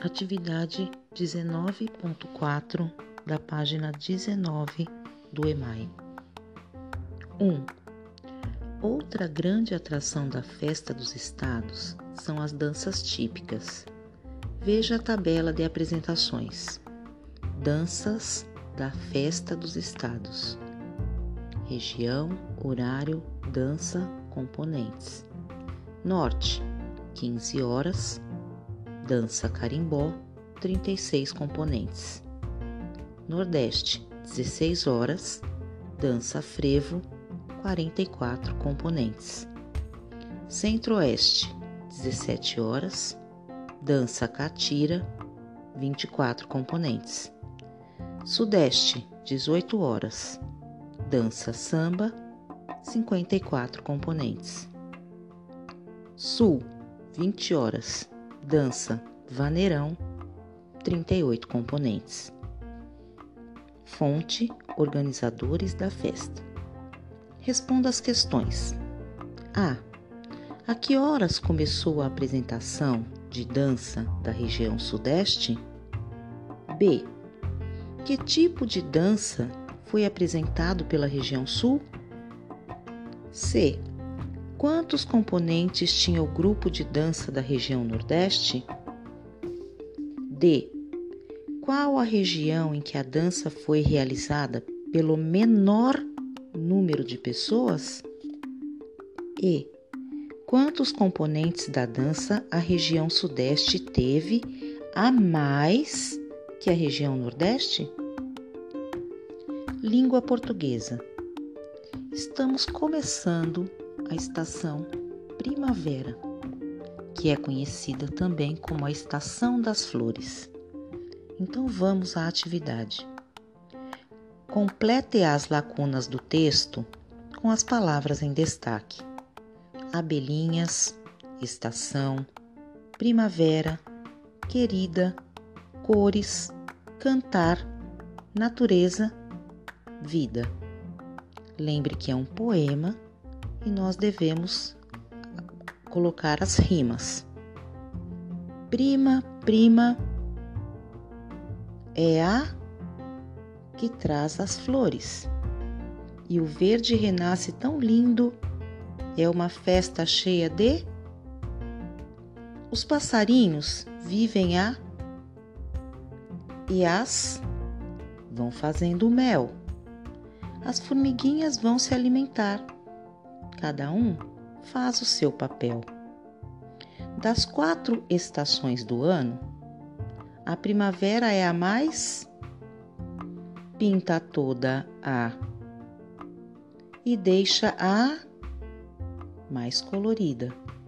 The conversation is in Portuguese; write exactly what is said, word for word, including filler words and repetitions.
Atividade dezenove ponto quatro da página dezenove do EMAI. um. Outra grande atração da Festa dos Estados são as danças típicas. Veja a tabela de apresentações. Danças da Festa dos Estados. Região, horário, dança, componentes. Norte, quinze horas. Dança carimbó, trinta e seis componentes. Nordeste, dezesseis horas. Dança frevo, quarenta e quatro componentes. Centro-Oeste, dezessete horas. Dança catira, vinte e quatro componentes. Sudeste, dezoito horas. Dança samba, cinquenta e quatro componentes. Sul, vinte horas. Dança vaneirão, trinta e oito componentes. Fonte: organizadores da festa. Responda as questões. A. A que horas começou a apresentação de dança da região Sudeste? B. Que tipo de dança foi apresentado pela região Sul? C. Quantos componentes tinha o grupo de dança da região Nordeste? D. Qual a região em que a dança foi realizada pelo menor número de pessoas? E. Quantos componentes da dança a região Sudeste teve a mais que a região Nordeste? Língua portuguesa. Estamos começando a estação primavera, que é conhecida também como a estação das flores. Então vamos à atividade. Complete as lacunas do texto com as palavras em destaque: abelhinhas, estação, primavera, querida, cores, cantar, natureza, vida. Lembre que é um poema e nós devemos colocar as rimas. Prima, prima é a que traz as flores. E o verde renasce tão lindo, é uma festa cheia de... Os passarinhos vivem a... E as vão fazendo mel. As formiguinhas vão se alimentar. Cada um faz o seu papel. Das quatro estações do ano, a primavera é a mais... Pinta toda a... E deixa a mais colorida.